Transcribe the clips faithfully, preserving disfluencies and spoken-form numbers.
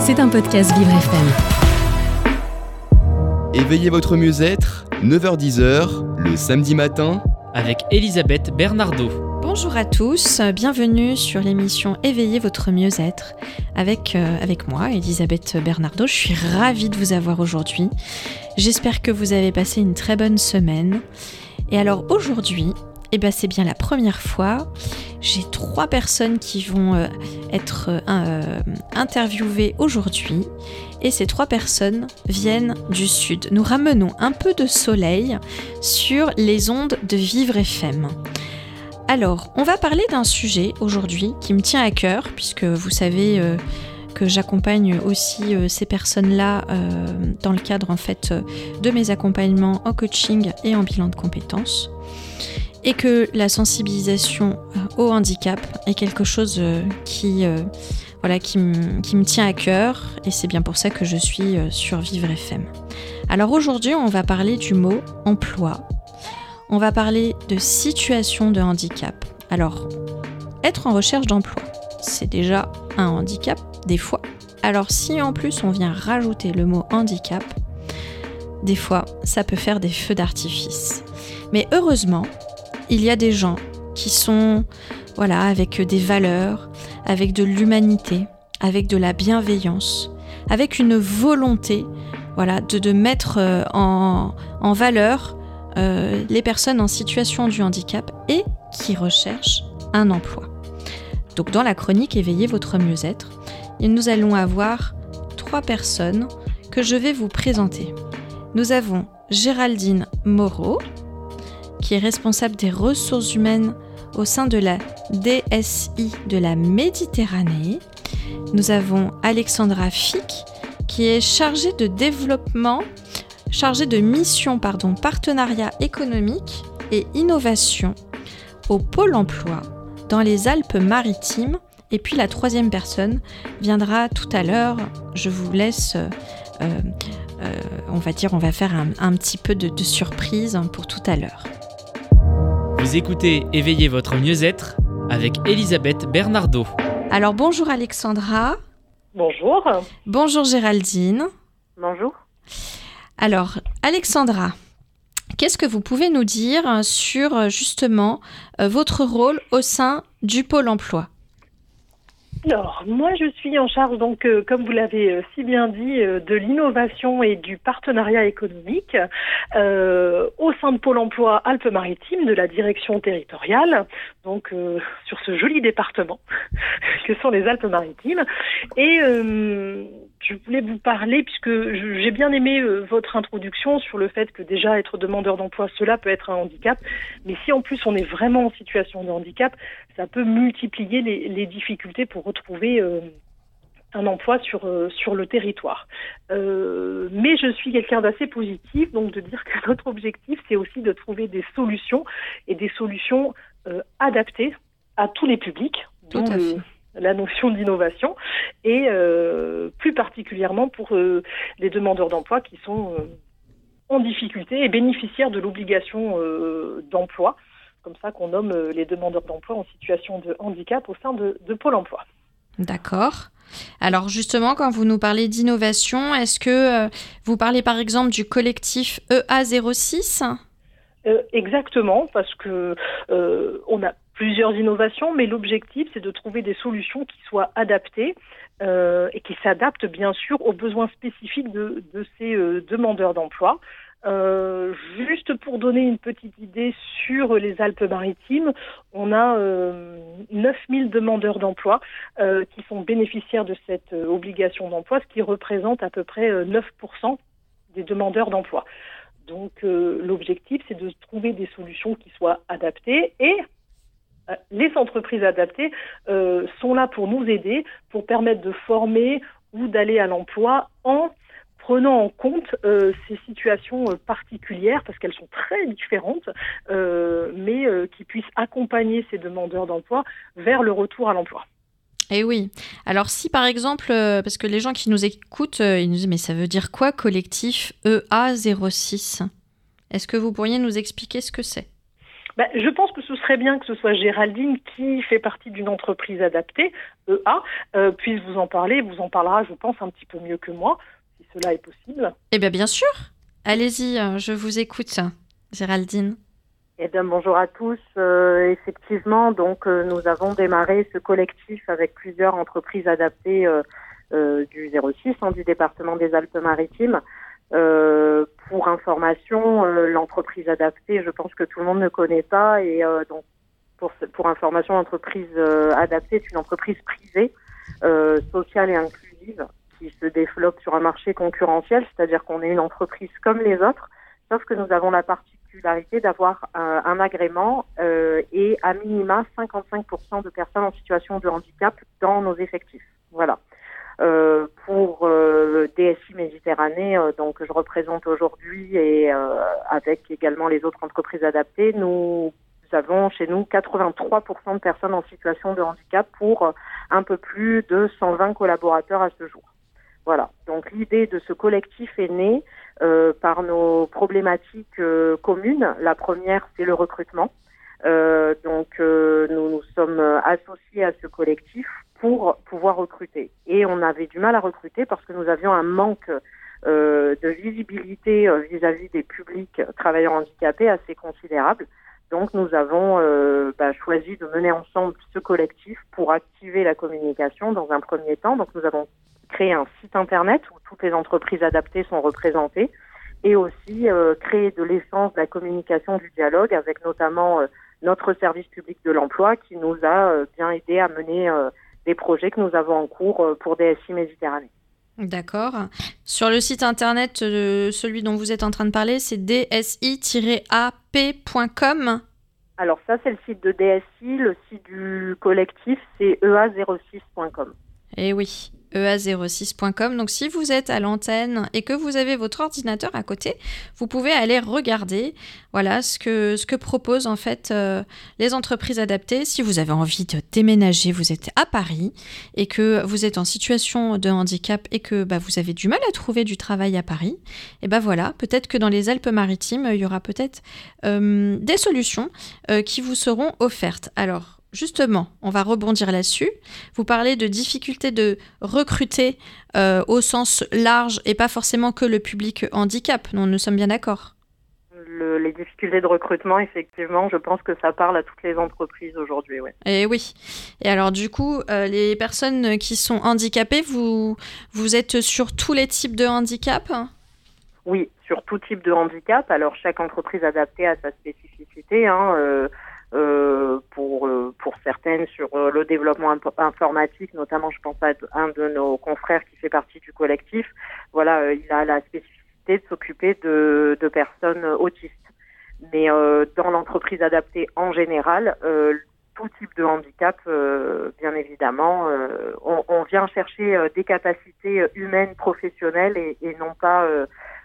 C'est un podcast Vivre F M. Éveillez votre mieux-être, neuf heures dix, le samedi matin, avec Elisabeth Bernardo. Bonjour à tous, bienvenue sur l'émission Éveillez votre mieux-être avec, euh, avec moi, Elisabeth Bernardo. Je suis ravie de vous avoir aujourd'hui. J'espère que vous avez passé une très bonne semaine. Et alors aujourd'hui, eh ben c'est bien la première fois, j'ai trois personnes qui vont euh, être euh, interviewées aujourd'hui. Et ces trois personnes viennent du Sud. Nous ramenons un peu de soleil sur les ondes de Vivre F M. Alors, on va parler d'un sujet aujourd'hui qui me tient à cœur, puisque vous savez euh, que j'accompagne aussi euh, ces personnes-là euh, dans le cadre en fait euh, de mes accompagnements en coaching et en bilan de compétences. Et que la sensibilisation euh, au handicap est quelque chose euh, qui... Euh, Voilà, qui me, qui me tient à cœur, et c'est bien pour ça que je suis sur Vivre F M. Alors aujourd'hui, on va parler du mot emploi. On va parler de situation de handicap. Alors, être en recherche d'emploi, c'est déjà un handicap, des fois. Alors si en plus on vient rajouter le mot handicap, des fois, ça peut faire des feux d'artifice. Mais heureusement, il y a des gens qui sont, voilà, avec des valeurs, avec de l'humanité, avec de la bienveillance, avec une volonté, voilà, de, de mettre euh, en, en valeur euh, les personnes en situation de handicap et qui recherchent un emploi. Donc dans la chronique Éveillez votre mieux-être, nous allons avoir trois personnes que je vais vous présenter. Nous avons Géraldine Moreau, qui est responsable des ressources humaines au sein de la D S I de la Méditerranée. Nous avons Alexandra Fick, qui est chargée de développement, chargée de mission, pardon, partenariat économique et innovation au Pôle emploi dans les Alpes-Maritimes. Et puis la troisième personne viendra tout à l'heure. Je vous laisse, euh, euh, on va dire, on va faire un, un petit peu de, de surprise pour tout à l'heure. Vous écoutez Éveillez votre mieux-être avec Elisabeth Bernardo. Alors bonjour Alexandra. Bonjour. Bonjour Géraldine. Bonjour. Alors Alexandra, qu'est-ce que vous pouvez nous dire sur justement votre rôle au sein du Pôle emploi ? Alors, moi, je suis en charge, donc, euh, comme vous l'avez euh, si bien dit, euh, de l'innovation et du partenariat économique euh, au sein de Pôle emploi Alpes-Maritimes, de la direction territoriale, donc euh, sur ce joli département que sont les Alpes-Maritimes. Et euh, je voulais vous parler, puisque j'ai bien aimé euh, votre introduction sur le fait que déjà être demandeur d'emploi, cela peut être un handicap, mais si en plus on est vraiment en situation de handicap, ça peut multiplier les, les difficultés pour retrouver euh, un emploi sur euh, sur le territoire. Euh, mais je suis quelqu'un d'assez positif, donc de dire que notre objectif, c'est aussi de trouver des solutions et des solutions euh, adaptées à tous les publics, Tout dont à fait. le, la notion d'innovation, et euh, plus particulièrement pour euh, les demandeurs d'emploi qui sont euh, en difficulté et bénéficiaires de l'obligation euh, d'emploi, comme ça qu'on nomme les demandeurs d'emploi en situation de handicap au sein de, de Pôle emploi. D'accord. Alors justement, quand vous nous parlez d'innovation, est-ce que euh, vous parlez par exemple du collectif E A zéro six ? euh, Exactement, parce que euh, on a plusieurs innovations, mais l'objectif, c'est de trouver des solutions qui soient adaptées euh, et qui s'adaptent bien sûr aux besoins spécifiques de, de ces euh, demandeurs d'emploi. Euh, juste pour donner une petite idée sur les Alpes-Maritimes, on a euh, neuf mille demandeurs d'emploi euh, qui sont bénéficiaires de cette euh, obligation d'emploi, ce qui représente à peu près euh, neuf pour cent des demandeurs d'emploi. Donc euh, l'objectif, c'est de trouver des solutions qui soient adaptées, et euh, les entreprises adaptées euh, sont là pour nous aider, pour permettre de former ou d'aller à l'emploi en prenant en compte euh, ces situations euh, particulières, parce qu'elles sont très différentes, euh, mais euh, qui puissent accompagner ces demandeurs d'emploi vers le retour à l'emploi. Eh oui. Alors si par exemple, euh, parce que les gens qui nous écoutent, euh, ils nous disent mais ça veut dire quoi collectif E A zéro six ? Est-ce que vous pourriez nous expliquer ce que c'est ? Bah, je pense que ce serait bien que ce soit Géraldine, qui fait partie d'une entreprise adaptée, E A, euh, puisse vous en parler. Vous en parlera, je pense, un petit peu mieux que moi, si cela est possible. Eh bien, bien sûr. Allez-y, je vous écoute, Géraldine. Eh bien, bonjour à tous. Euh, effectivement, donc, euh, nous avons démarré ce collectif avec plusieurs entreprises adaptées euh, euh, du zéro six, hein, du département des Alpes-Maritimes. Euh, pour information, euh, l'entreprise adaptée, je pense que tout le monde ne connaît pas. Et euh, donc, pour, pour information, l'entreprise euh, adaptée est une entreprise privée, euh, sociale et inclusive, qui se développe sur un marché concurrentiel, c'est-à-dire qu'on est une entreprise comme les autres, sauf que nous avons la particularité d'avoir un, un agrément euh, et à minima cinquante-cinq pour cent de personnes en situation de handicap dans nos effectifs. Voilà. Euh, pour euh, D S I Méditerranée, euh, donc je représente aujourd'hui et euh, avec également les autres entreprises adaptées, nous avons chez nous quatre-vingt-trois pour cent de personnes en situation de handicap pour euh, un peu plus de cent vingt collaborateurs à ce jour. Voilà. Donc l'idée de ce collectif est née euh, par nos problématiques euh, communes. La première, c'est le recrutement. Euh, donc euh, nous nous sommes associés à ce collectif pour pouvoir recruter. Et on avait du mal à recruter parce que nous avions un manque euh, de visibilité euh, vis-à-vis des publics travailleurs handicapés assez considérable. Donc nous avons euh, bah, choisi de mener ensemble ce collectif pour activer la communication dans un premier temps. Donc nous avons créé un site internet où toutes les entreprises adaptées sont représentées et aussi euh, créer de l'essence de la communication, du dialogue avec notamment euh, notre service public de l'emploi qui nous a euh, bien aidé à mener euh, des projets que nous avons en cours euh, pour D S I Méditerranée. D'accord. Sur le site internet, euh, celui dont vous êtes en train de parler, c'est d s i tiret a p point com. Alors ça, c'est le site de D S I. Le site du collectif, c'est e a zéro six point com. Eh oui, e a zéro six point com. Donc si vous êtes à l'antenne et que vous avez votre ordinateur à côté, vous pouvez aller regarder voilà, ce que, ce que proposent en fait euh, les entreprises adaptées. Si vous avez envie de déménager, vous êtes à Paris et que vous êtes en situation de handicap et que bah, vous avez du mal à trouver du travail à Paris, et ben voilà, peut-être que dans les Alpes-Maritimes, il y aura peut-être euh, des solutions euh, qui vous seront offertes. Alors, justement, on va rebondir là-dessus. Vous parlez de difficultés de recruter euh, au sens large et pas forcément que le public handicap. Nous, nous sommes bien d'accord. Le, les difficultés de recrutement, effectivement, je pense que ça parle à toutes les entreprises aujourd'hui. Oui. Et oui. Et alors, du coup, euh, les personnes qui sont handicapées, vous, vous êtes sur tous les types de handicap ? Oui, sur tout type de handicap. Alors, chaque entreprise adaptée a sa spécificité, hein, euh, Euh, pour euh, pour certaines sur euh, le développement imp- informatique, notamment je pense à un de nos confrères qui fait partie du collectif. Voilà, euh, il a la spécificité de s'occuper de, de personnes autistes. Mais euh, dans l'entreprise adaptée en général, euh, tout type de handicap, euh, bien évidemment, euh, on, on vient chercher euh, des capacités humaines, professionnelles et, et non pas euh,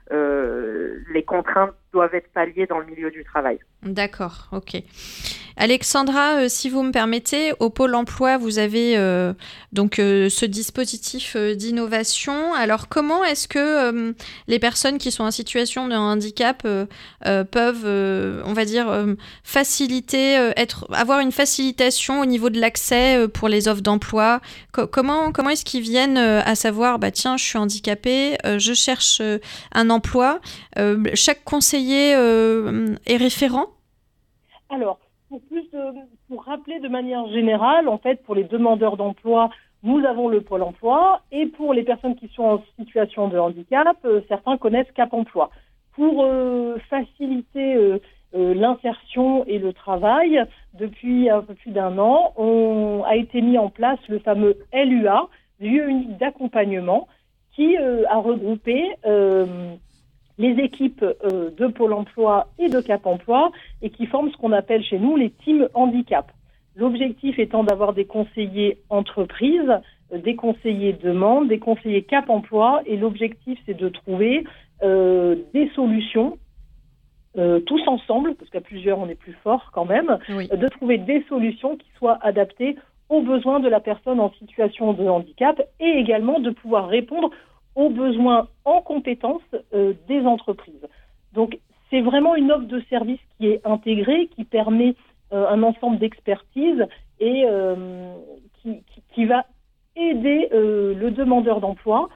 euh, les contraintes doivent être palliées dans le milieu du travail. D'accord, ok. Alexandra, euh, si vous me permettez, au Pôle emploi, vous avez euh, donc euh, ce dispositif euh, d'innovation. Alors, comment est-ce que euh, les personnes qui sont en situation de handicap euh, euh, peuvent, euh, on va dire, euh, faciliter, euh, être, avoir une facilitation au niveau de l'accès euh, pour les offres d'emploi ? Co- comment, comment est-ce qu'ils viennent euh, à savoir, bah tiens, je suis handicapé, euh, je cherche euh, un emploi. Euh, chaque conseiller euh, est référent ? Alors, pour, plus de, pour rappeler de manière générale, en fait, pour les demandeurs d'emploi, nous avons le Pôle emploi, et pour les personnes qui sont en situation de handicap, euh, certains connaissent Cap emploi. Pour euh, faciliter euh, euh, l'insertion et le travail, depuis un peu plus d'un an, on a été mis en place le fameux L U A, lieu unique d'accompagnement, qui euh, a regroupé euh, les équipes euh, de Pôle emploi et de Cap emploi et qui forment ce qu'on appelle chez nous les teams handicap. L'objectif étant d'avoir des conseillers entreprises, euh, des conseillers demande, des conseillers Cap emploi et l'objectif c'est de trouver euh, des solutions euh, tous ensemble, parce qu'à plusieurs on est plus fort quand même, Oui. euh, de trouver des solutions qui soient adaptées aux besoins de la personne en situation de handicap et également de pouvoir répondre aux besoins en compétences euh, des entreprises. Donc, c'est vraiment une offre de service qui est intégrée, qui permet euh, un ensemble d'expertise et euh, qui, qui, qui va aider euh, le demandeur d'emploi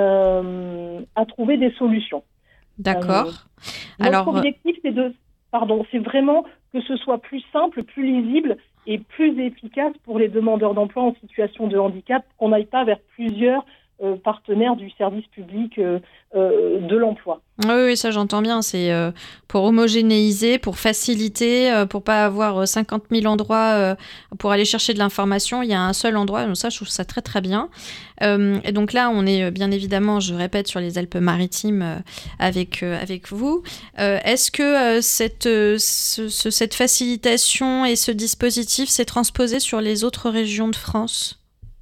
euh, à trouver des solutions. D'accord. Euh, notre Alors, objectif, c'est de, pardon, c'est vraiment que ce soit plus simple, plus lisible et plus efficace pour les demandeurs d'emploi en situation de handicap, qu'on n'aille pas vers plusieurs euh, partenaires du service public euh, euh, de l'emploi. Oui, oui, ça j'entends bien. C'est euh, pour homogénéiser, pour faciliter, euh, pour pas avoir euh, cinquante mille endroits euh, pour aller chercher de l'information. Il y a un seul endroit. Donc ça, je trouve ça très très bien. Euh, et donc là, on est euh, bien évidemment, je répète, sur les Alpes-Maritimes euh, avec euh, avec vous. Euh, est-ce que euh, cette euh, ce, ce, cette facilitation et ce dispositif s'est transposé sur les autres régions de France ?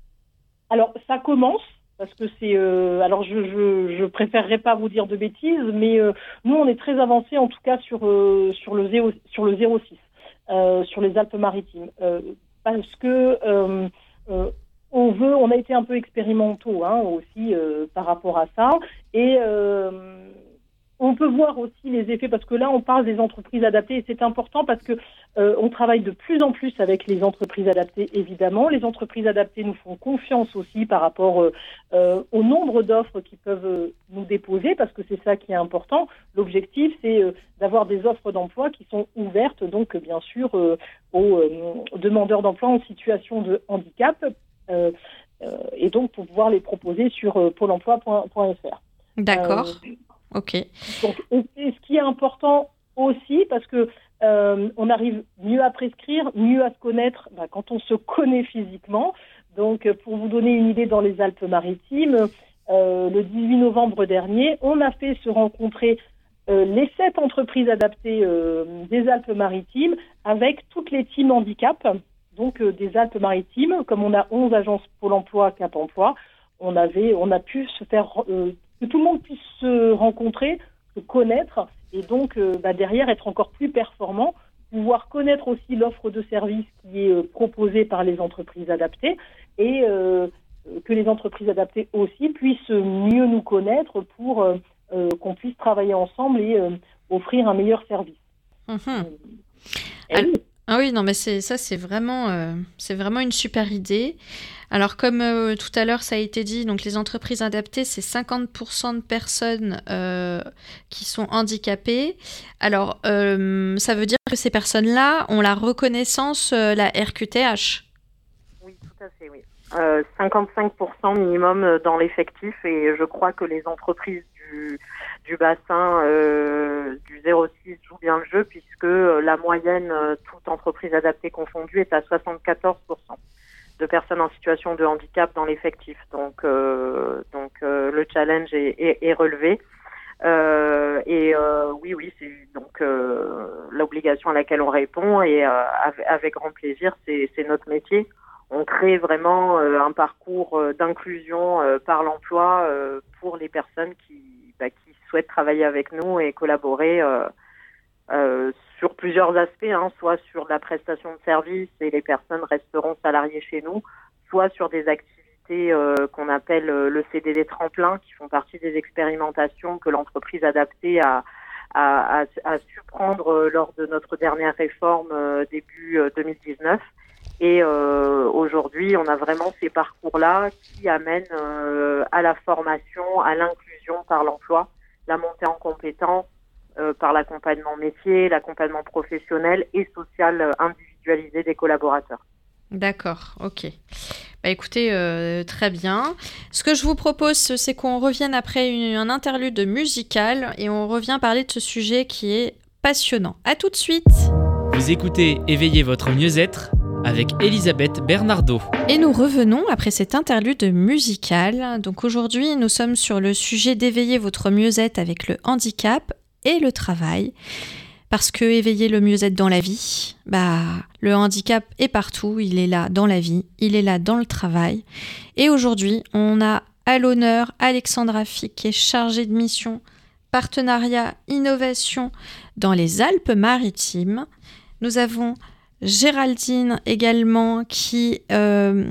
Alors, ça commence. Parce que c'est, euh, alors je, je je préférerais pas vous dire de bêtises, mais euh, nous on est très avancé en tout cas sur euh, sur le zéro sur le zéro six, euh, sur les Alpes-Maritimes, euh, parce que euh, euh, on veut, on a été un peu expérimentaux hein, aussi euh, par rapport à ça, et euh, on peut voir aussi les effets, parce que là on parle des entreprises adaptées et c'est important parce que euh, on travaille de plus en plus avec les entreprises adaptées évidemment. Les entreprises adaptées nous font confiance aussi par rapport euh, euh, au nombre d'offres qu'ils peuvent euh, nous déposer, parce que c'est ça qui est important. L'objectif c'est euh, d'avoir des offres d'emploi qui sont ouvertes donc bien sûr euh, aux euh, demandeurs d'emploi en situation de handicap euh, euh, et donc pour pouvoir les proposer sur euh, pôle emploi point f r. D'accord. Euh, Ok. Donc, et ce qui est important aussi, parce que euh, on arrive mieux à prescrire, mieux à se connaître bah, quand on se connaît physiquement. Donc, pour vous donner une idée, dans les Alpes-Maritimes, euh, le dix-huit novembre dernier, on a fait se rencontrer euh, les sept entreprises adaptées euh, des Alpes-Maritimes avec toutes les teams handicap, donc euh, des Alpes-Maritimes. Comme on a onze agences Pôle emploi, Cap emploi, on avait, on a pu se faire euh, que tout le monde puisse se rencontrer, se connaître et donc euh, bah, derrière être encore plus performant, pouvoir connaître aussi l'offre de services qui est euh, proposée par les entreprises adaptées et euh, que les entreprises adaptées aussi puissent mieux nous connaître pour euh, euh, qu'on puisse travailler ensemble et euh, offrir un meilleur service. Mmh. Euh, Alors, ah oui, non, mais c'est, ça, c'est vraiment, euh, c'est vraiment une super idée. Alors, comme euh, tout à l'heure, ça a été dit, donc les entreprises adaptées, c'est cinquante pour cent de personnes euh, qui sont handicapées. Alors, euh, ça veut dire que ces personnes-là ont la reconnaissance, euh, la R Q T H. Oui, tout à fait, oui. Euh, cinquante-cinq pour cent minimum dans l'effectif, et je crois que les entreprises du, du bassin euh, du zéro six jouent bien le jeu, puisque la moyenne, toute entreprise adaptée confondue, est à soixante-quatorze pour cent de personnes en situation de handicap dans l'effectif. Donc, euh, donc euh, le challenge est, est, est relevé. Euh, et euh, oui, oui, c'est donc euh, l'obligation à laquelle on répond, et euh, avec, avec grand plaisir, c'est, c'est notre métier. On crée vraiment euh, un parcours euh, d'inclusion euh, par l'emploi euh, pour les personnes qui, bah, qui souhaitent travailler avec nous et collaborer euh, euh, sur plusieurs aspects, hein, soit sur la prestation de services et les personnes resteront salariées chez nous, soit sur des activités euh, qu'on appelle euh, le C D D tremplin, qui font partie des expérimentations que l'entreprise adaptée a, a, a, a su prendre euh, lors de notre dernière réforme euh, début euh, deux mille dix-neuf. Et euh, aujourd'hui, on a vraiment ces parcours-là qui amènent euh, à la formation, à l'inclusion par l'emploi, la montée en compétences euh, par l'accompagnement métier, l'accompagnement professionnel et social euh, individualisé des collaborateurs. D'accord, ok. Bah écoutez, euh, très bien. Ce que je vous propose, c'est qu'on revienne après une, un interlude musical et on revient parler de ce sujet qui est passionnant. À tout de suite. Vous écoutez Éveillez votre mieux-être avec Elisabeth Bernardo. Et nous revenons après cet interlude musical. Donc aujourd'hui, nous sommes sur le sujet d'éveiller votre mieux-être avec le handicap et le travail. Parce que éveiller le mieux-être dans la vie, bah, le handicap est partout, il est là dans la vie, il est là dans le travail. Et aujourd'hui, on a à l'honneur Alexandra Fick, qui est chargée de mission partenariat innovation dans les Alpes-Maritimes. Nous avons Géraldine également qui euh,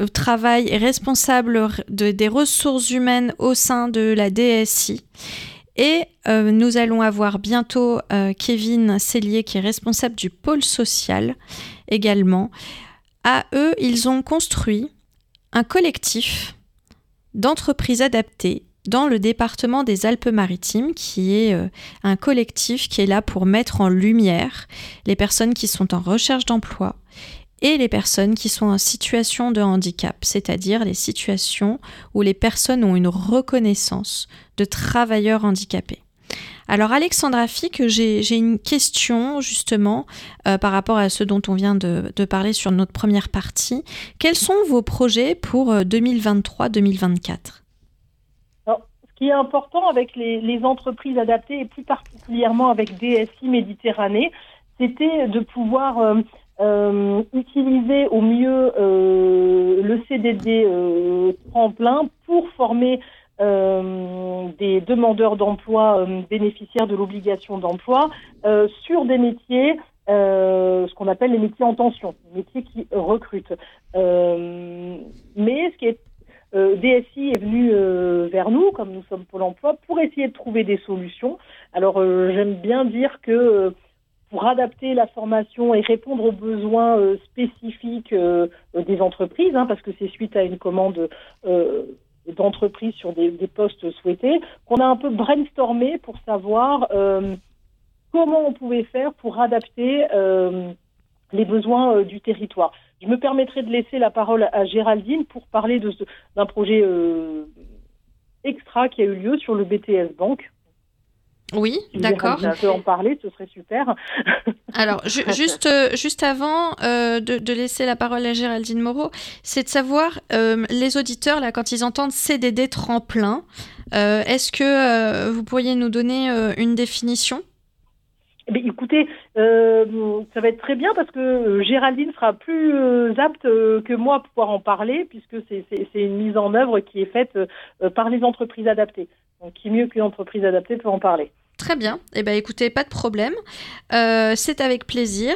travaille et est responsable de, des ressources humaines au sein de la D S I. Et euh, nous allons avoir bientôt euh, Kevin Cellier qui est responsable du pôle social également. À eux, ils ont construit un collectif d'entreprises adaptées dans le département des Alpes-Maritimes, qui est euh, un collectif qui est là pour mettre en lumière les personnes qui sont en recherche d'emploi et les personnes qui sont en situation de handicap, c'est-à-dire les situations où les personnes ont une reconnaissance de travailleurs handicapés. Alors Alexandra Fick, j'ai, j'ai une question justement euh, par rapport à ce dont on vient de, de parler sur notre première partie. Quels sont vos projets pour euh, deux mille vingt-trois deux mille vingt-quatre ? Alors, ce qui est important avec les, les entreprises adaptées et plus particulièrement avec D S I Méditerranée, c'était de pouvoir euh, euh, utiliser au mieux euh, le C D D euh, tremplin pour former Euh, des demandeurs d'emploi euh, bénéficiaires de l'obligation d'emploi euh, sur des métiers, euh, ce qu'on appelle les métiers en tension, les métiers qui recrutent. Euh, mais ce qui est euh, D S I est venu euh, vers nous, comme nous sommes Pôle emploi, pour essayer de trouver des solutions. Alors euh, j'aime bien dire que euh, pour adapter la formation et répondre aux besoins euh, spécifiques euh, des entreprises, hein, parce que c'est suite à une commande euh, d'entreprises sur des, des postes souhaités, qu'on a un peu brainstormé pour savoir euh, comment on pouvait faire pour adapter euh, les besoins euh, du territoire. Je me permettrai de laisser la parole à Géraldine pour parler de ce, d'un projet euh, extra qui a eu lieu sur le B T S Bank. Oui, si d'accord. Géraldine peut en parler, ce serait super. Alors, ju- juste, euh, juste avant euh, de, de laisser la parole à Géraldine Moreau, c'est de savoir, euh, les auditeurs, là, quand ils entendent C D D tremplin, euh, est-ce que euh, vous pourriez nous donner euh, une définition ? Eh bien, écoutez, euh, ça va être très bien parce que Géraldine sera plus euh, apte euh, que moi à pouvoir en parler, puisque c'est, c'est, c'est une mise en œuvre qui est faite euh, par les entreprises adaptées. Donc, qui mieux qu'une entreprise adaptée peut en parler. Très bien. Eh bien, écoutez, pas de problème. Euh, c'est avec plaisir.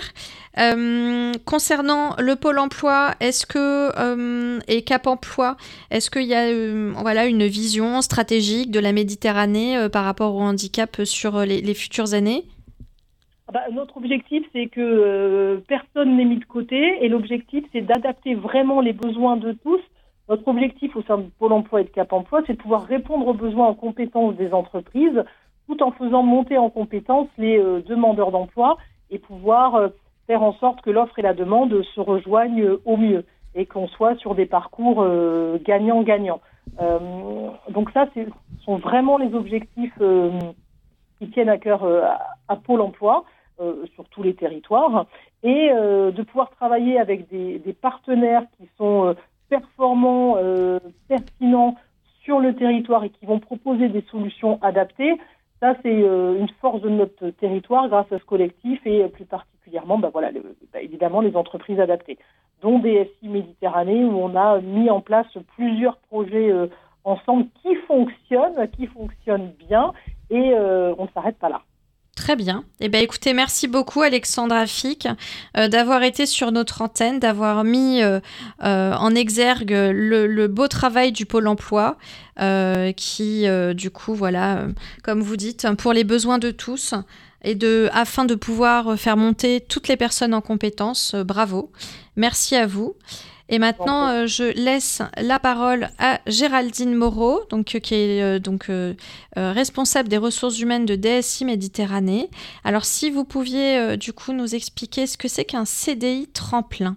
Euh, concernant le Pôle emploi, est-ce que, euh, et Cap emploi, est-ce qu'il y a euh, voilà, une vision stratégique de la Méditerranée euh, par rapport au handicap sur les, les futures années ? Ah bah, notre objectif, c'est que euh, personne n'est mis de côté, et l'objectif, c'est d'adapter vraiment les besoins de tous. Notre objectif au sein de Pôle emploi et de Cap emploi, c'est de pouvoir répondre aux besoins en compétences des entreprises, tout en faisant monter en compétences les euh, demandeurs d'emploi et pouvoir euh, faire en sorte que l'offre et la demande se rejoignent euh, au mieux et qu'on soit sur des parcours euh, gagnant-gagnant. Euh, donc ça, ce sont vraiment les objectifs euh, qui tiennent à cœur euh, à, à Pôle emploi euh, sur tous les territoires, et euh, de pouvoir travailler avec des, des partenaires qui sont euh, performants, euh, pertinents sur le territoire et qui vont proposer des solutions adaptées. Ça, c'est euh, une force de notre territoire grâce à ce collectif et euh, plus particulièrement, bah, voilà, le, bah, évidemment, les entreprises adaptées, dont D S I Méditerranée, où on a mis en place plusieurs projets euh, ensemble qui fonctionnent, qui fonctionnent bien, et euh, on ne s'arrête pas là. Très bien. Eh bien, écoutez, merci beaucoup Alexandra Fick euh, d'avoir été sur notre antenne, d'avoir mis euh, euh, en exergue le, le beau travail du Pôle emploi euh, qui, euh, du coup, voilà, euh, comme vous dites, pour les besoins de tous et de, afin de pouvoir faire monter toutes les personnes en compétences. Euh, bravo. Merci à vous. Et maintenant, euh, je laisse la parole à Géraldine Moreau, donc, euh, qui est euh, donc, euh, euh, responsable des ressources humaines de D S I Méditerranée. Alors, si vous pouviez euh, du coup nous expliquer ce que c'est qu'un C D I tremplin.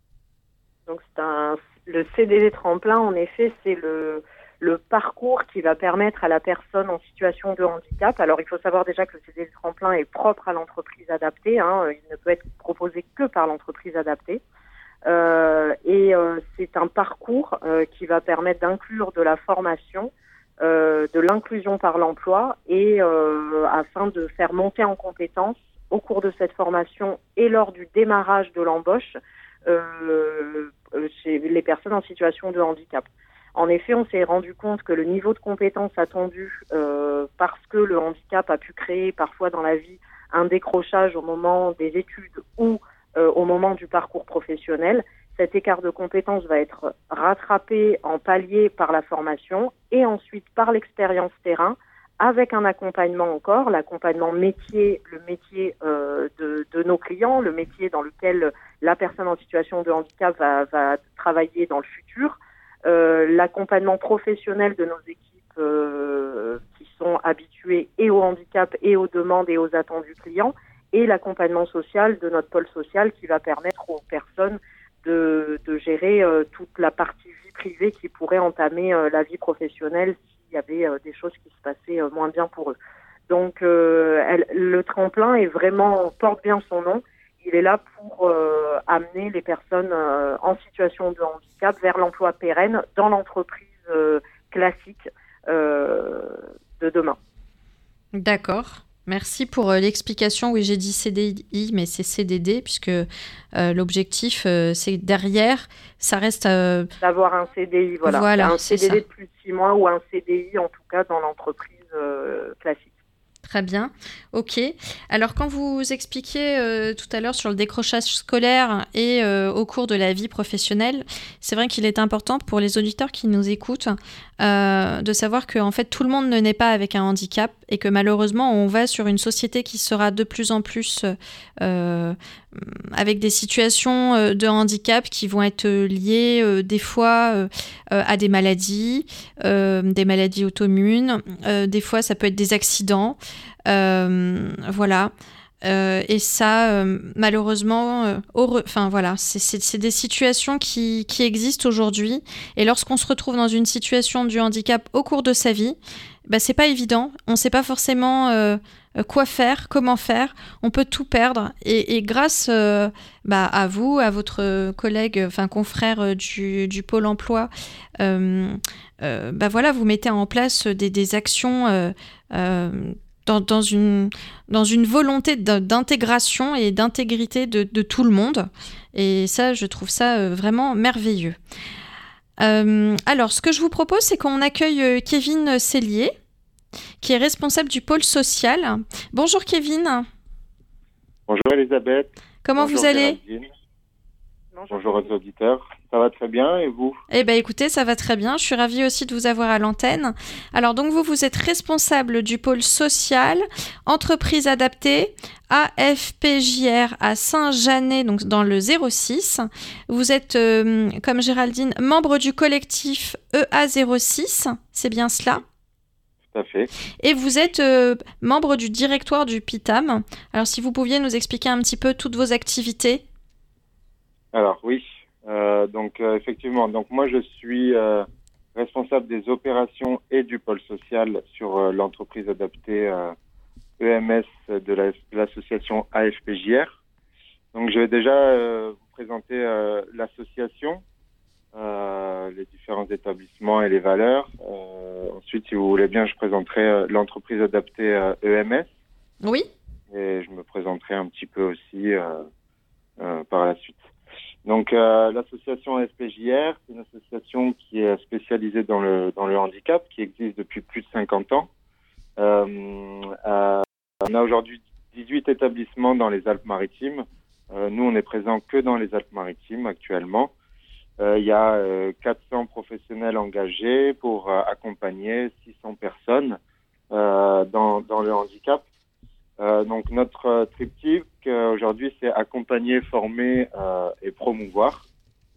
Donc, c'est un, le C D D tremplin, en effet, c'est le, le parcours qui va permettre à la personne en situation de handicap. Alors, il faut savoir déjà que le C D D tremplin est propre à l'entreprise adaptée, hein, il ne peut être proposé que par l'entreprise adaptée. Euh, et euh, c'est un parcours euh, qui va permettre d'inclure de la formation, euh, de l'inclusion par l'emploi, et euh, afin de faire monter en compétences au cours de cette formation et lors du démarrage de l'embauche euh, chez les personnes en situation de handicap. En effet, on s'est rendu compte que le niveau de compétence attendu, euh, parce que le handicap a pu créer parfois dans la vie un décrochage au moment des études ou Euh, au moment du parcours professionnel, cet écart de compétences va être rattrapé en palier par la formation et ensuite par l'expérience terrain, avec un accompagnement encore, l'accompagnement métier, le métier euh, de, de nos clients, le métier dans lequel la personne en situation de handicap va, va travailler dans le futur, euh, l'accompagnement professionnel de nos équipes euh, qui sont habituées et au handicap et aux demandes et aux attentes du client, et l'accompagnement social de notre pôle social qui va permettre aux personnes de, de gérer euh, toute la partie vie privée qui pourrait entamer euh, la vie professionnelle s'il y avait euh, des choses qui se passaient euh, moins bien pour eux. Donc euh, elle, le tremplin est vraiment, porte bien son nom, il est là pour euh, amener les personnes euh, en situation de handicap vers l'emploi pérenne dans l'entreprise euh, classique euh, de demain. D'accord. Merci pour euh, l'explication. Oui, j'ai dit C D I, mais c'est C D D, puisque euh, l'objectif, euh, c'est derrière, ça reste... Euh... D'avoir un C D I, voilà. voilà un C D D ça. de plus de six mois ou un C D I, en tout cas, dans l'entreprise euh, classique. Très bien, ok. Alors quand vous expliquiez euh, tout à l'heure sur le décrochage scolaire et euh, au cours de la vie professionnelle, c'est vrai qu'il est important pour les auditeurs qui nous écoutent euh, de savoir que en fait tout le monde ne naît pas avec un handicap et que malheureusement on va sur une société qui sera de plus en plus euh, avec des situations de handicap qui vont être liées euh, des fois euh, à des maladies, euh, des maladies auto-immunes, euh, des fois ça peut être des accidents. Euh, voilà. Euh, et ça, euh, malheureusement, euh, heureux, enfin voilà, c'est, c'est, c'est des situations qui, qui existent aujourd'hui. Et lorsqu'on se retrouve dans une situation du handicap au cours de sa vie, bah, c'est pas évident. On ne sait pas forcément euh, quoi faire, comment faire. On peut tout perdre. Et, et grâce euh, bah, à vous, à votre collègue, enfin confrère du, du Pôle emploi, euh, euh, bah, voilà, vous mettez en place des, des actions euh, euh, Dans, dans, une, dans une volonté d'intégration et d'intégrité de, de tout le monde. Et ça, je trouve ça euh, vraiment merveilleux. Euh, alors, ce que je vous propose, c'est qu'on accueille Kevin Cellier, qui est responsable du pôle social. Bonjour Kevin. Bonjour Elisabeth. Comment Bonjour vous allez ? Géraldine. Bonjour aux auditeurs. Ça va très bien et vous ? Eh bien écoutez, ça va très bien. Je suis ravie aussi de vous avoir à l'antenne. Alors donc vous, vous êtes responsable du pôle social, entreprise adaptée, A F P J R à Saint-Jeannet, donc dans le zéro six. Vous êtes, euh, comme Géraldine, membre du collectif E A zéro six, c'est bien cela ? Tout à fait. Et vous êtes euh, membre du directoire du P I T A M. Alors si vous pouviez nous expliquer un petit peu toutes vos activités ? Alors oui, euh, donc euh, effectivement, donc moi je suis euh, responsable des opérations et du pôle social sur euh, l'entreprise adaptée euh, E M S de, la, de l'association A F P J R. Donc je vais déjà euh, vous présenter euh, l'association, euh, les différents établissements et les valeurs. Euh, ensuite, si vous voulez bien, je présenterai euh, l'entreprise adaptée euh, E M S. Oui. Et je me présenterai un petit peu aussi euh, euh, par la suite. Donc euh, l'association A F P J R, c'est une association qui est spécialisée dans le dans le handicap, qui existe depuis plus de cinquante ans. Euh, euh, on a aujourd'hui dix-huit établissements dans les Alpes-Maritimes. Euh, nous, on est présent que dans les Alpes-Maritimes actuellement. Euh, il y a euh, quatre cents professionnels engagés pour euh, accompagner six cents personnes euh, dans dans le handicap. Euh, donc notre euh, triptyque euh, aujourd'hui, c'est accompagner, former euh, et promouvoir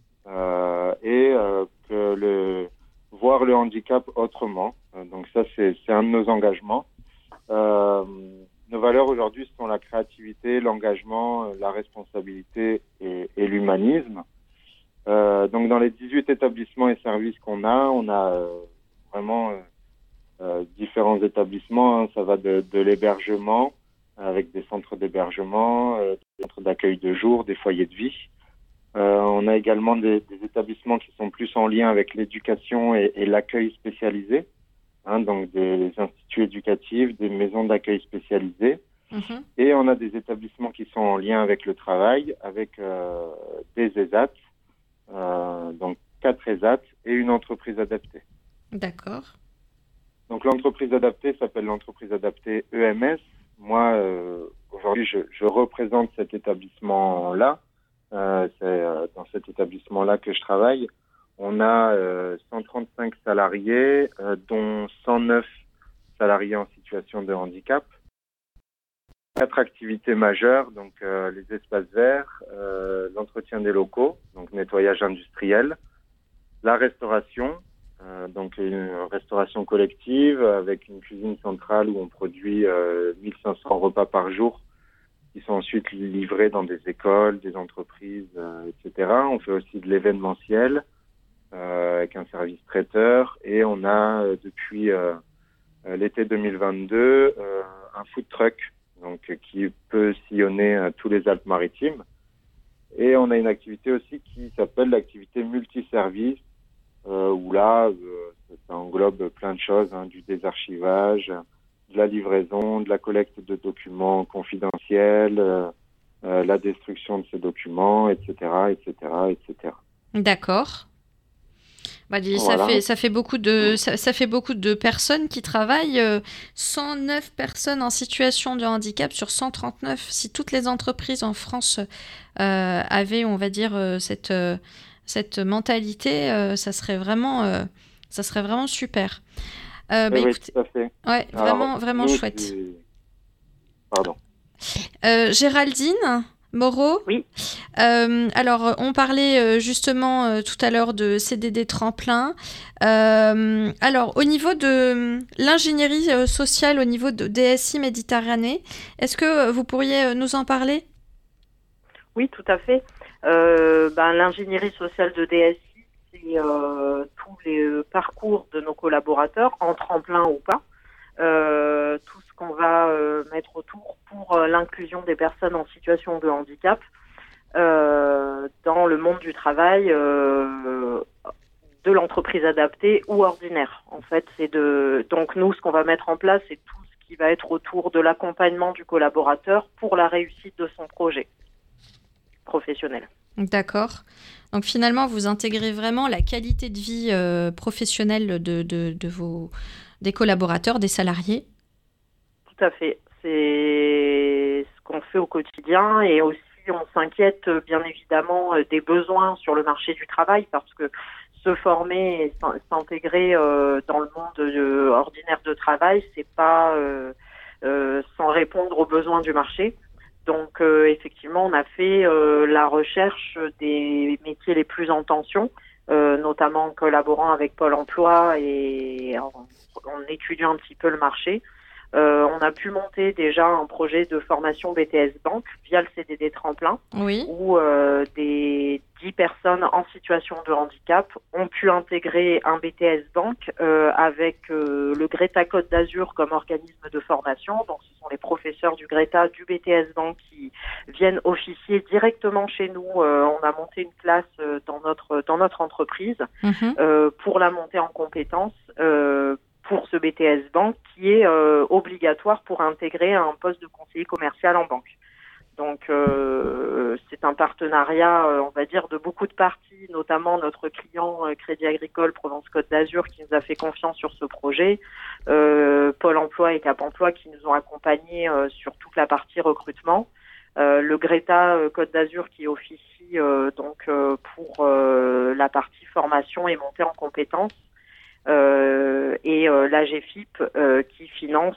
euh, et euh, que le voir le handicap autrement. Euh, donc ça, c'est c'est un de nos engagements. Euh, nos valeurs aujourd'hui sont la créativité, l'engagement, la responsabilité et, et l'humanisme. Euh, donc dans les dix-huit établissements et services qu'on a, on a euh, vraiment euh, euh, différents établissements. Hein. Ça va de, de l'hébergement, avec des centres d'hébergement, euh, des centres d'accueil de jour, des foyers de vie. Euh, on a également des, des établissements qui sont plus en lien avec l'éducation et, et l'accueil spécialisé, hein, donc des instituts éducatifs, des maisons d'accueil spécialisées. Mmh. Et on a des établissements qui sont en lien avec le travail, avec euh, des E S A T, euh, donc quatre E S A T et une entreprise adaptée. D'accord. Donc l'entreprise adaptée s'appelle l'entreprise adaptée E M S. Moi, euh, aujourd'hui, je, je représente cet établissement-là. Euh, c'est euh, dans cet établissement-là que je travaille. On a euh, cent trente-cinq salariés, euh, dont cent neuf salariés en situation de handicap. Quatre activités majeures, donc euh, les espaces verts, euh, l'entretien des locaux, donc nettoyage industriel, la restauration, euh, donc une restauration collective avec une cuisine centrale où on produit euh, mille cinq cents repas par jour qui sont ensuite livrés dans des écoles, des entreprises, euh, et cetera. On fait aussi de l'événementiel euh, avec un service traiteur et on a euh, depuis euh, l'été deux mille vingt-deux euh, un food truck donc qui peut sillonner euh, tous les Alpes-Maritimes. Et on a une activité aussi qui s'appelle l'activité multiservice, euh, où là, euh, ça englobe plein de choses, hein, du désarchivage, de la livraison, de la collecte de documents confidentiels, euh, euh, la destruction de ces documents, et cetera, et cetera, et cetera. D'accord. Bah, dis, Voilà. ça fait ça fait beaucoup de ça, ça fait beaucoup de personnes qui travaillent. euh, cent neuf personnes en situation de handicap sur cent trente-neuf. Si toutes les entreprises en France euh, avaient, on va dire, euh, cette euh, cette mentalité, euh, ça serait vraiment euh, ça serait vraiment super. Euh, bah, Oui, oui, écoutez, tout à fait. ouais, Alors, vraiment vraiment nous, chouette. c'est- Pardon. Euh, Géraldine Moreau. Oui. Euh, alors, on parlait euh, justement euh, tout à l'heure de C D D tremplin. Euh, alors, au niveau de l'ingénierie euh, sociale, au niveau de D S I Méditerranée, est-ce que vous pourriez euh, nous en parler ? Oui, tout à fait. Euh, ben, l'ingénierie sociale de D S I, c'est euh, tous les euh, parcours de nos collaborateurs, en tremplin ou pas, euh, tout ce qu'on va euh, mettre autour pour euh, l'inclusion des personnes en situation de handicap euh, dans le monde du travail, euh, de l'entreprise adaptée ou ordinaire. En fait, c'est de donc nous, ce qu'on va mettre en place, c'est tout ce qui va être autour de l'accompagnement du collaborateur pour la réussite de son projet professionnel. D'accord. Donc finalement, vous intégrez vraiment la qualité de vie euh, professionnelle de, de, de vos des collaborateurs, des salariés. Tout à fait. C'est ce qu'on fait au quotidien et aussi on s'inquiète bien évidemment des besoins sur le marché du travail parce que se former et s'intégrer euh, dans le monde euh, ordinaire de travail, c'est pas euh, euh, sans répondre aux besoins du marché. Donc euh, effectivement, on a fait euh, la recherche des métiers les plus en tension, euh, notamment en collaborant avec Pôle emploi et en, en étudiant un petit peu le marché. Euh, on a pu monter déjà un projet de formation B T S Banque via le C D D Tremplin, Oui. où euh, des dix personnes en situation de handicap ont pu intégrer un B T S Banque euh, avec euh, le Greta Côte d'Azur comme organisme de formation. Donc, ce sont les professeurs du Greta, du B T S Banque qui viennent officier directement chez nous. Euh, on a monté une classe euh, dans notre dans notre entreprise Mhm. euh, pour la montée en compétences. Euh, pour ce B T S Banque qui est euh, obligatoire pour intégrer un poste de conseiller commercial en banque. Donc euh, c'est un partenariat, euh, on va dire, de beaucoup de parties, notamment notre client euh, Crédit Agricole Provence-Côte d'Azur qui nous a fait confiance sur ce projet, euh, Pôle emploi et Cap emploi qui nous ont accompagnés euh, sur toute la partie recrutement, euh, le Greta euh, Côte d'Azur qui officie euh, donc euh, pour euh, la partie formation et montée en compétences, Euh, et euh, l'A G F I P euh, qui finance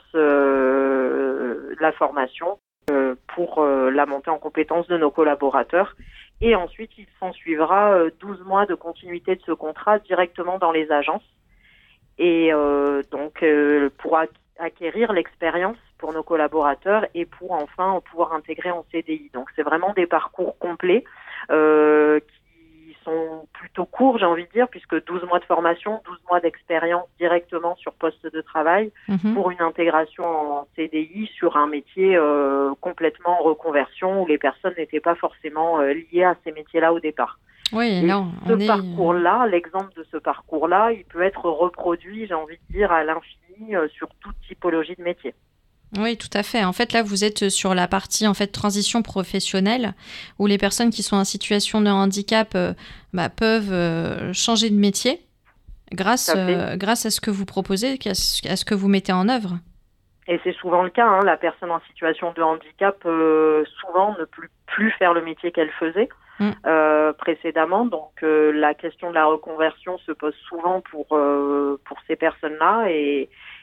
euh, la formation euh, pour euh, la montée en compétences de nos collaborateurs. Et ensuite, il s'en suivra euh, douze mois de continuité de ce contrat directement dans les agences. Et euh, donc, euh, pour ac- acquérir l'expérience pour nos collaborateurs et pour enfin pouvoir intégrer en C D I. Donc, c'est vraiment des parcours complets euh, qui sont plutôt courts, j'ai envie de dire, puisque douze mois de formation, douze mois d'expérience directement sur poste de travail Mhm. pour une intégration en C D I sur un métier euh, complètement en reconversion où les personnes n'étaient pas forcément euh, liées à ces métiers-là au départ. Oui, Et là, on, ce on est. parcours-là, l'exemple de ce parcours-là, il peut être reproduit, j'ai envie de dire, à l'infini euh, sur toute typologie de métier. Oui, tout à fait. En fait, là, vous êtes sur la partie en fait transition professionnelle, où les personnes qui sont en situation de handicap euh, bah, peuvent euh, changer de métier grâce Tout à fait. euh, grâce à ce que vous proposez, à ce, à ce que vous mettez en œuvre. Et c'est souvent le cas, hein, la personne en situation de handicap, euh, souvent ne peut plus faire le métier qu'elle faisait Mm. euh, précédemment. Donc euh, la question de la reconversion se pose souvent pour, euh, pour ces personnes-là. Et,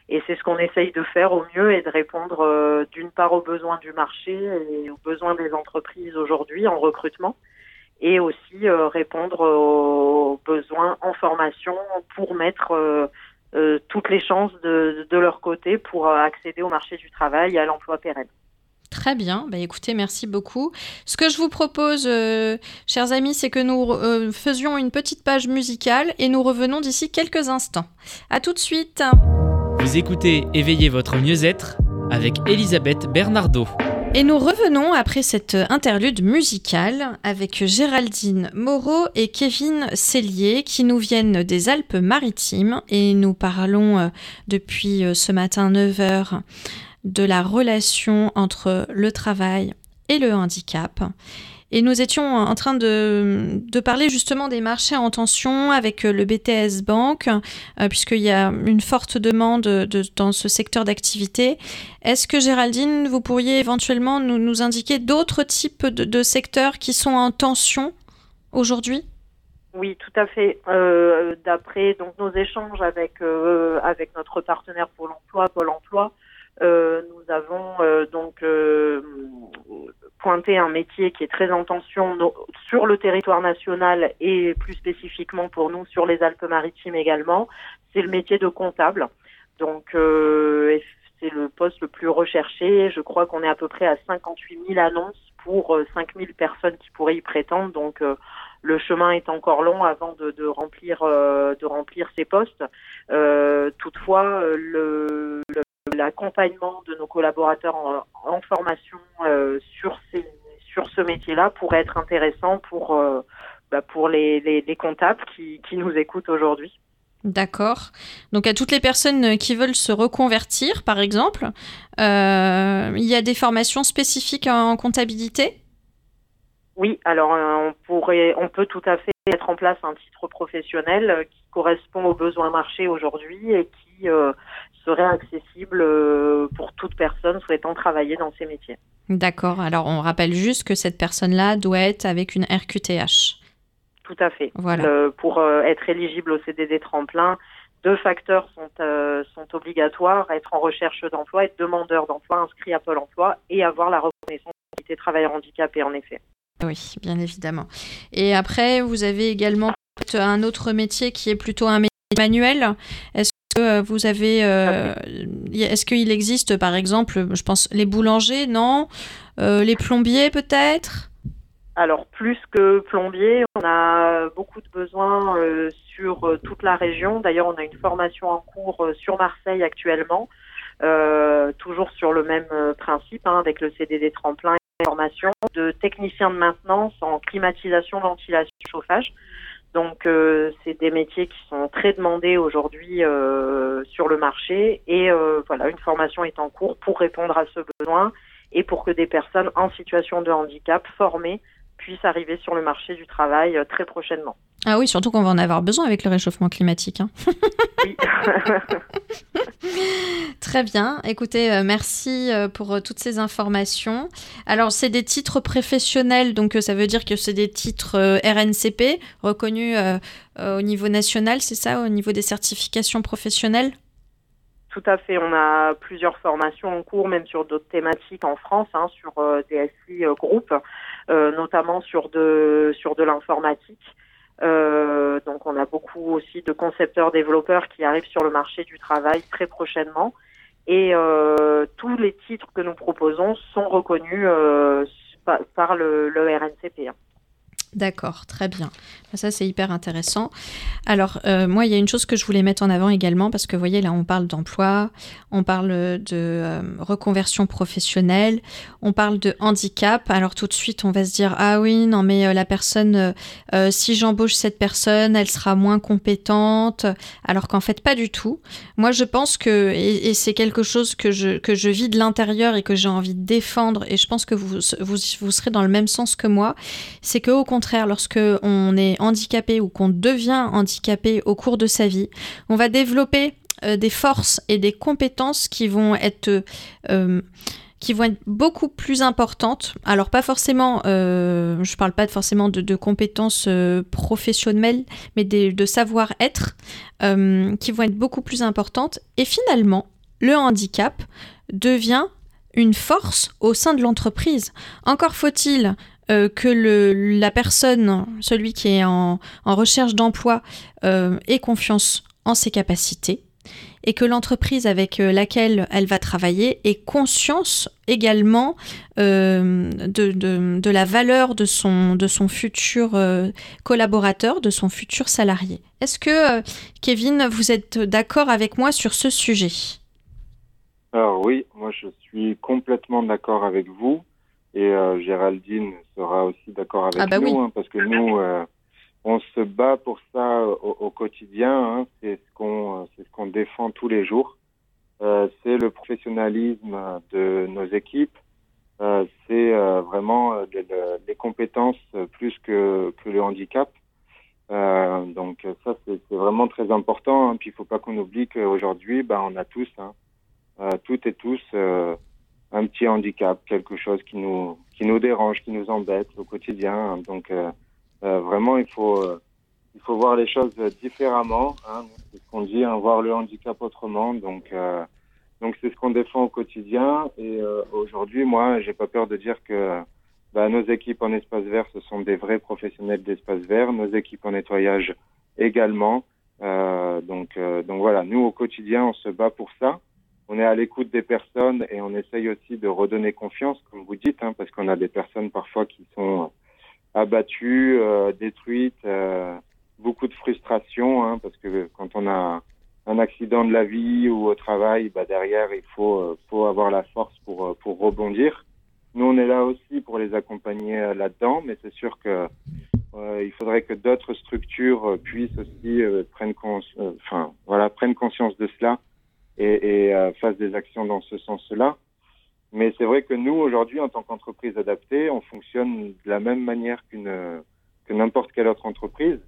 Et c'est ce qu'on essaye de faire au mieux et de répondre euh, d'une part aux besoins du marché et aux besoins des entreprises aujourd'hui en recrutement et aussi euh, répondre aux besoins en formation pour mettre euh, euh, toutes les chances de, de leur côté pour euh, accéder au marché du travail et à l'emploi pérenne. Très bien, bah écoutez, merci beaucoup. Ce que je vous propose, euh, chers amis, c'est que nous euh, faisions une petite page musicale et nous revenons d'ici quelques instants. À tout de suite. Vous écoutez Éveillez votre mieux-être avec Elisabeth Bernardo. Et nous revenons après cette interlude musicale avec Géraldine Moreau et Kevin Cellier qui nous viennent des Alpes-Maritimes et nous parlons euh, depuis euh, ce matin neuf heures de la relation entre le travail et le handicap. Et nous étions en train de, de parler justement des marchés en tension avec le B T S Bank, euh, puisqu'il y a une forte demande de, dans ce secteur d'activité. Est-ce que Géraldine, vous pourriez éventuellement nous, nous indiquer d'autres types de, de secteurs qui sont en tension aujourd'hui ? Oui, tout à fait. Euh, d'après donc nos échanges avec euh, avec notre partenaire Pôle Emploi, Pôle Emploi, euh, nous avons euh, donc euh, pointé un métier qui est très en tension no- sur le territoire national et plus spécifiquement pour nous sur les Alpes-Maritimes également. C'est le métier de comptable. Donc euh, c'est le poste le plus recherché. Je crois qu'on est à peu près à cinquante-huit mille annonces pour euh, cinq mille personnes qui pourraient y prétendre. Donc euh, le chemin est encore long avant de, de remplir euh, de remplir ces postes. Euh, toutefois, le, le l'accompagnement de nos collaborateurs en, en formation euh, sur ces sur ce métier-là pourrait être intéressant pour euh, bah, pour les, les, les comptables qui, qui nous écoutent aujourd'hui. D'accord. Donc à toutes les personnes qui veulent se reconvertir, par exemple, euh, il y a des formations spécifiques en comptabilité ? Oui, alors euh, on pourrait, on peut tout à fait mettre en place un titre professionnel euh, qui correspond aux besoins marché aujourd'hui et qui euh, serait accessible euh, pour toute personne souhaitant travailler dans ces métiers. D'accord. Alors on rappelle juste que cette personne-là doit être avec une R Q T H. Tout à fait. Voilà. Euh, pour euh, être éligible au C D D tremplin, deux facteurs sont, euh, sont obligatoires, être en recherche d'emploi, être demandeur d'emploi inscrit à Pôle Emploi et avoir la reconnaissance de travailleur handicapé en effet. Oui, bien évidemment. Et après, vous avez également un autre métier qui est plutôt un métier manuel. Est-ce que vous avez... Euh, est-ce qu'il existe, par exemple, je pense, les boulangers, non euh, les plombiers, peut-être ? Alors, plus que plombier, on a beaucoup de besoins euh, sur euh, toute la région. D'ailleurs, on a une formation en cours euh, sur Marseille actuellement, euh, toujours sur le même euh, principe, hein, avec le C D D tremplin et formation de technicien de maintenance en climatisation, ventilation, chauffage. Donc, euh, c'est des métiers qui sont très demandés aujourd'hui euh, sur le marché. Et euh, voilà, une formation est en cours pour répondre à ce besoin et pour que des personnes en situation de handicap formées puissent arriver sur le marché du travail euh, très prochainement. Ah oui, surtout qu'on va en avoir besoin avec le réchauffement climatique. Hein. Oui. Très bien. Écoutez, euh, merci euh, pour euh, toutes ces informations. Alors, c'est des titres professionnels, donc euh, ça veut dire que c'est des titres euh, R N C P, reconnus euh, euh, au niveau national, c'est ça, au niveau des certifications professionnelles ? Tout à fait. On a plusieurs formations en cours, même sur d'autres thématiques en France, hein, sur euh, D S I euh, Group, euh, notamment sur de sur de l'informatique. Euh, donc, on a beaucoup aussi de concepteurs, développeurs qui arrivent sur le marché du travail très prochainement. Et euh, tous les titres que nous proposons sont reconnus euh, par, par le, le R N C P. D'accord, très bien. Ça, c'est hyper intéressant. Alors, euh, moi, il y a une chose que je voulais mettre en avant également, parce que, vous voyez, là, on parle d'emploi, on parle de euh, reconversion professionnelle, on parle de handicap. Alors, tout de suite, on va se dire, ah oui, non, mais euh, la personne, euh, euh, si j'embauche cette personne, elle sera moins compétente, alors qu'en fait, pas du tout. Moi, je pense que, et, et c'est quelque chose que je, que je vis de l'intérieur et que j'ai envie de défendre, et je pense que vous, vous, vous serez dans le même sens que moi, c'est qu'au contraire, Au contraire, lorsque on est handicapé ou qu'on devient handicapé au cours de sa vie, on va développer euh, des forces et des compétences qui vont être euh, qui vont être beaucoup plus importantes. Alors pas forcément, euh, je parle pas forcément de, de compétences euh, professionnelles, mais des, de savoir-être euh, qui vont être beaucoup plus importantes. Et finalement, le handicap devient une force au sein de l'entreprise. Encore faut-il euh, que le, la personne, celui qui est en, en recherche d'emploi, euh, ait confiance en ses capacités et que l'entreprise avec laquelle elle va travailler ait conscience également euh, de, de, de la valeur de son, de son futur euh, collaborateur, de son futur salarié. Est-ce que, euh, Kevin, vous êtes d'accord avec moi sur ce sujet ? Alors oui, moi je suis complètement d'accord avec vous et euh, Géraldine sera aussi d'accord avec ah bah nous oui. hein, parce que nous euh, on se bat pour ça au, au quotidien, hein, c'est ce qu'on c'est ce qu'on défend tous les jours. Euh, c'est le professionnalisme de nos équipes, euh, c'est euh, vraiment euh, les, les compétences plus que que le handicap. Euh, donc ça c'est, c'est vraiment très important. Hein. Puis il faut pas qu'on oublie qu'aujourd'hui, bah on a tous hein, Euh, toutes et tous euh, un petit handicap, quelque chose qui nous qui nous dérange, qui nous embête au quotidien. Donc euh, euh, vraiment il faut euh, il faut voir les choses différemment. Hein. C'est ce qu'on dit, hein, voir le handicap autrement. Donc euh, donc c'est ce qu'on défend au quotidien. Et euh, aujourd'hui, moi, j'ai pas peur de dire que bah, nos équipes en espace vert, ce sont des vrais professionnels d'espace vert. Nos équipes en nettoyage également. Euh, donc euh, donc voilà, nous au quotidien, on se bat pour ça. On est à l'écoute des personnes et on essaye aussi de redonner confiance, comme vous dites, hein, parce qu'on a des personnes parfois qui sont abattues, euh, détruites, euh, beaucoup de frustration, hein, parce que quand on a un accident de la vie ou au travail, bah derrière il faut euh, faut avoir la force pour pour rebondir. Nous on est là aussi pour les accompagner euh, là-dedans, mais c'est sûr que euh, il faudrait que d'autres structures euh, puissent aussi euh, prennent cons- euh, enfin voilà prennent conscience de cela. et, et euh, fassent des actions dans ce sens-là. Mais c'est vrai que nous, aujourd'hui, en tant qu'entreprise adaptée, on fonctionne de la même manière qu'une que n'importe quelle autre entreprise.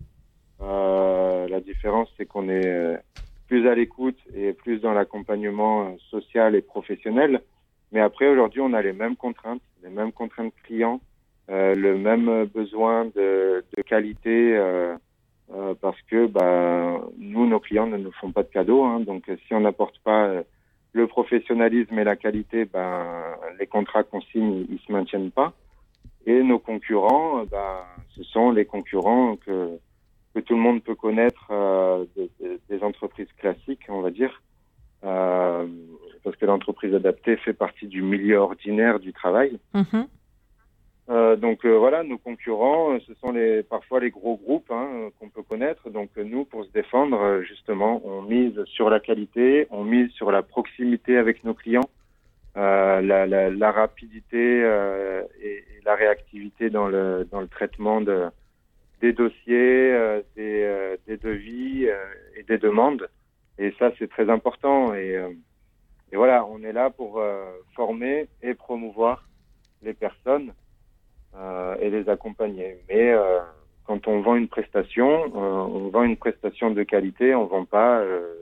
Euh, la différence, c'est qu'on est plus à l'écoute et plus dans l'accompagnement social et professionnel. Mais après, aujourd'hui, on a les mêmes contraintes, les mêmes contraintes clients, euh, le même besoin de, de qualité, euh, Euh, parce que bah, nous, nos clients ne nous font pas de cadeaux. Hein, donc, si on n'apporte pas euh, le professionnalisme et la qualité, ben, les contrats qu'on signe, ils se maintiennent pas. Et nos concurrents, bah, ce sont les concurrents que, que tout le monde peut connaître euh, de, de, des entreprises classiques, on va dire. Euh, parce que l'entreprise adaptée fait partie du milieu ordinaire du travail. Mmh. Euh, donc euh, voilà, nos concurrents, ce sont les parfois les gros groupes hein, qu'on peut connaître. Donc euh, nous, pour se défendre, justement, on mise sur la qualité, on mise sur la proximité avec nos clients, euh, la, la, la rapidité euh, et, et la réactivité dans le dans le traitement de, des dossiers, euh, des, euh, des devis euh, et des demandes. Et ça, c'est très important. Et, euh, et voilà, on est là pour euh, former et promouvoir les personnes. Euh, et les accompagner. Mais euh, quand on vend une prestation, euh, on vend une prestation de qualité, on vend pas euh,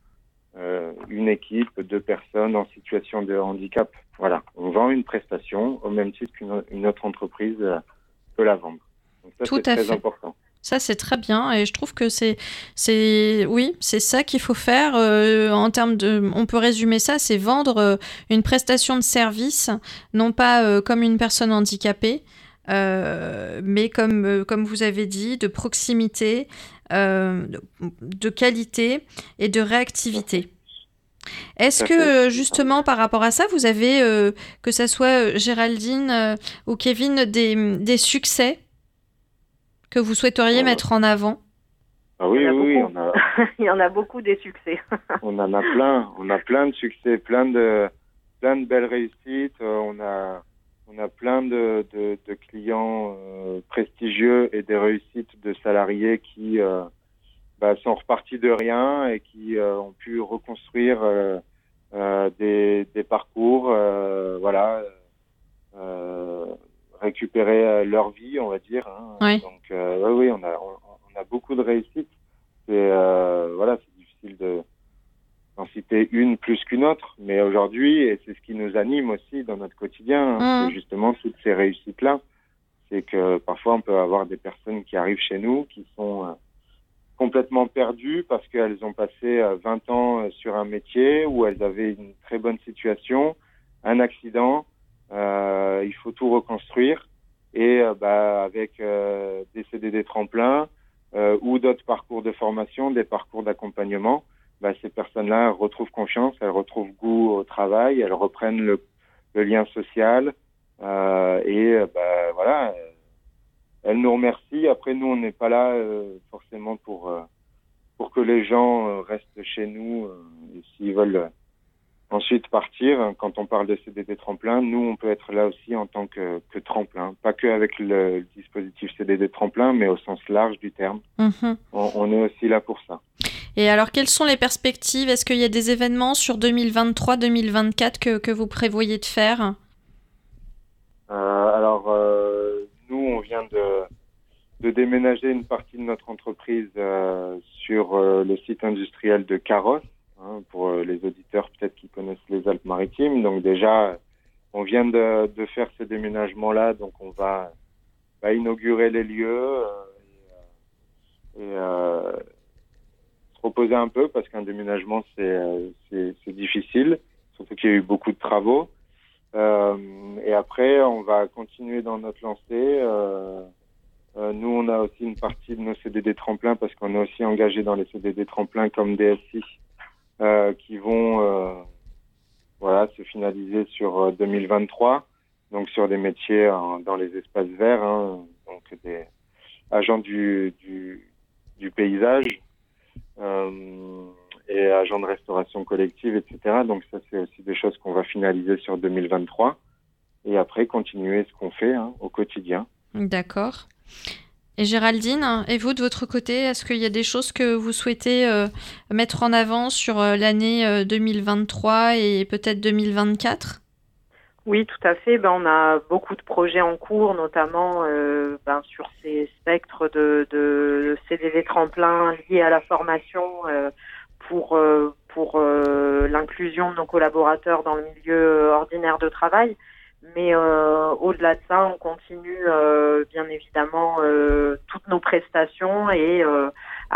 euh, une équipe de personnes en situation de handicap. Voilà, on vend une prestation au même titre qu'une une autre entreprise euh, peut la vendre. Donc ça, Tout c'est à très fait. important. Ça, c'est très bien et je trouve que c'est, c'est, oui, c'est ça qu'il faut faire euh, en termes de, on peut résumer ça, c'est vendre euh, une prestation de service, non pas euh, comme une personne handicapée, euh, mais comme, euh, comme vous avez dit, de proximité, euh, de, de qualité et de réactivité. Est-ce que justement par rapport à ça, vous avez, euh, que ça soit Géraldine euh, ou Kevin, des, des succès que vous souhaiteriez euh, mettre en avant? Ah oui, il oui, oui, on a... il y en a beaucoup des succès. On en a plein, on a plein de succès, plein de, plein de belles réussites. Euh, on a, on a plein de, de, de clients euh, prestigieux et des réussites de salariés qui euh, bah, sont repartis de rien et qui euh, ont pu reconstruire euh, euh, des, des parcours, euh, voilà. Euh, récupérer leur vie, on va dire. Hein. Oui. Donc, euh, oui, oui, on a, on, on a beaucoup de réussites. Et euh, voilà, c'est difficile de d'en citer une plus qu'une autre, mais aujourd'hui, et c'est ce qui nous anime aussi dans notre quotidien, hein, mmh. c'est justement toutes ces réussites-là. C'est que parfois, on peut avoir des personnes qui arrivent chez nous, qui sont complètement perdues parce qu'elles ont passé vingt ans sur un métier où elles avaient une très bonne situation, un accident, euh, il faut tout reconstruire et euh, bah, avec euh, des C D D tremplins euh, ou d'autres parcours de formation, des parcours d'accompagnement, bah, ces personnes-là retrouvent confiance, elles retrouvent goût au travail, elles reprennent le, le lien social euh, et bah, voilà. Elle nous remercie. Après, nous, on n'est pas là euh, forcément pour euh, pour que les gens euh, restent chez nous. Euh, et s'ils veulent euh, ensuite partir, quand on parle de C D D tremplin, nous, on peut être là aussi en tant que, que tremplin. Pas que avec le, le dispositif C D D tremplin, mais au sens large du terme. Mmh. On, on est aussi là pour ça. Et alors, quelles sont les perspectives ? Est-ce qu'il y a des événements sur deux mille vingt-trois deux mille vingt-quatre que, que vous prévoyez de faire ? euh, Alors... Euh, Nous, on vient de, de déménager une partie de notre entreprise euh, sur euh, le site industriel de Carros, hein, pour euh, les auditeurs peut-être qui connaissent les Alpes-Maritimes. Donc déjà, on vient de, de faire ce déménagement-là, donc on va, va inaugurer les lieux euh, et, et euh, se reposer un peu parce qu'un déménagement, c'est, c'est, c'est difficile, surtout qu'il y a eu beaucoup de travaux. Euh, et après, on va continuer dans notre lancée. Euh, euh, nous, on a aussi une partie de nos C D D tremplins parce qu'on est aussi engagé dans les C D D tremplins comme D S I euh, qui vont euh, voilà, se finaliser sur euh, deux mille vingt-trois, donc sur des métiers en, dans les espaces verts, hein, donc des agents du, du, du paysage. Euh, et agents de restauration collective, et cetera. Donc ça, c'est aussi des choses qu'on va finaliser sur deux mille vingt-trois. Et après, continuer ce qu'on fait hein, au quotidien. D'accord. Et Géraldine, et vous, de votre côté, est-ce qu'il y a des choses que vous souhaitez euh, mettre en avant sur euh, l'année euh, deux mille vingt-trois et peut-être deux mille vingt-quatre ? Oui, tout à fait. Ben, on a beaucoup de projets en cours, notamment euh, ben, sur ces spectres de, de C D D tremplins liés à la formation euh, pour euh, pour euh, l'inclusion de nos collaborateurs dans le milieu ordinaire de travail. Mais euh, au-delà de ça, on continue euh, bien évidemment euh, toutes nos prestations et euh,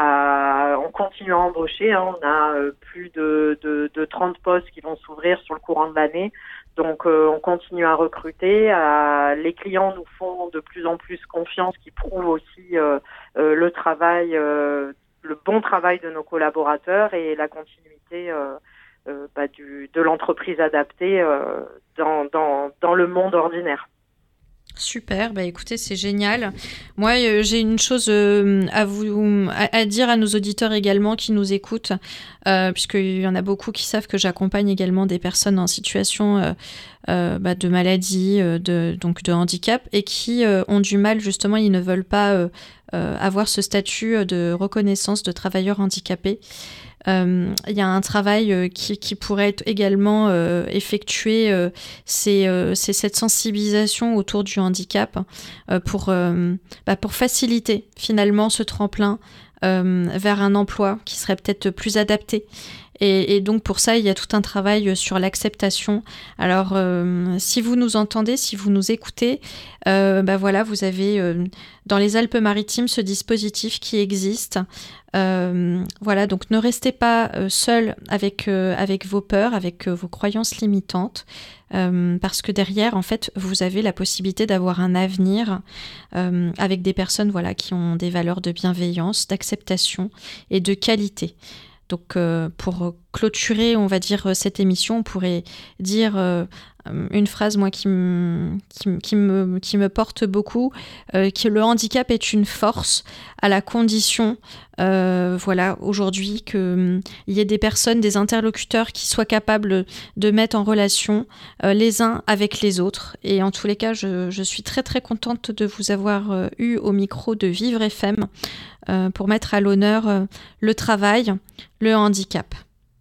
à, on continue à embaucher. Hein. On a euh, plus de, de, de trente postes qui vont s'ouvrir sur le courant de l'année. Donc euh, on continue à recruter. À, les clients nous font de plus en plus confiance, qui prouve aussi euh, euh, le travail, euh, le bon travail de nos collaborateurs et la continuité euh, euh, bah, du, de l'entreprise adaptée euh, dans, dans, dans le monde ordinaire. Super, bah écoutez, c'est génial. Moi, euh, j'ai une chose euh, à vous à, à dire à nos auditeurs également qui nous écoutent, euh, puisqu'il y en a beaucoup qui savent que j'accompagne également des personnes en situation euh, euh, bah, de maladie, euh, de, donc de handicap, et qui euh, ont du mal, justement, ils ne veulent pas euh, euh, avoir ce statut de reconnaissance de travailleur handicapé. Il euh, y a un travail euh, qui, qui pourrait être également euh, effectué, euh, c'est, euh, c'est cette sensibilisation autour du handicap euh, pour, euh, bah, pour faciliter finalement ce tremplin euh, vers un emploi qui serait peut-être plus adapté. Et, et donc pour ça, il y a tout un travail sur l'acceptation. Alors, euh, si vous nous entendez, si vous nous écoutez, euh, bah voilà, vous avez euh, dans les Alpes-Maritimes ce dispositif qui existe. Euh, voilà, donc ne restez pas euh, seul avec, euh, avec vos peurs, avec euh, vos croyances limitantes, euh, parce que derrière, en fait, vous avez la possibilité d'avoir un avenir euh, avec des personnes voilà, qui ont des valeurs de bienveillance, d'acceptation et de qualité. Donc, euh, pour clôturer, on va dire, cette émission, on pourrait dire euh, une phrase, moi, qui, m- qui, m- qui, me, qui me porte beaucoup, euh, que le handicap est une force à la condition, euh, voilà, aujourd'hui, qu'il y ait des personnes, des interlocuteurs qui soient capables de mettre en relation euh, les uns avec les autres. Et en tous les cas, je, je suis très, très contente de vous avoir euh, eu au micro de Vivre F M euh, pour mettre à l'honneur euh, le travail, le handicap.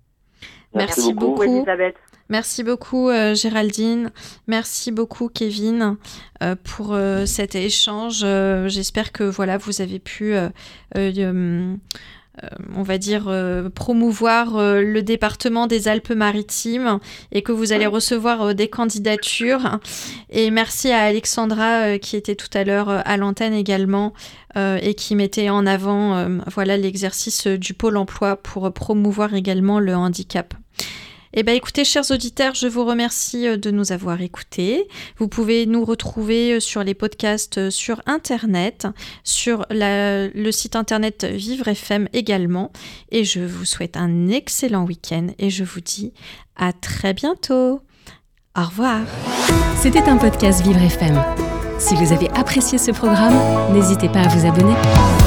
Merci, Merci beaucoup, beaucoup Elisabeth. Merci beaucoup euh, Géraldine, merci beaucoup Kevin euh, pour euh, cet échange. Euh, j'espère que voilà vous avez pu euh, euh, on va dire, euh, promouvoir euh, le département des Alpes-Maritimes et que vous allez recevoir euh, des candidatures. Et merci à Alexandra euh, qui était tout à l'heure euh, à l'antenne également euh, et qui mettait en avant euh, voilà, l'exercice du Pôle emploi pour promouvoir également le handicap. Eh bien, écoutez, chers auditeurs, je vous remercie de nous avoir écoutés. Vous pouvez nous retrouver sur les podcasts sur Internet, sur la, le site Internet Vivre F M également. Et je vous souhaite un excellent week-end et je vous dis à très bientôt. Au revoir. C'était un podcast Vivre F M. Si vous avez apprécié ce programme, n'hésitez pas à vous abonner.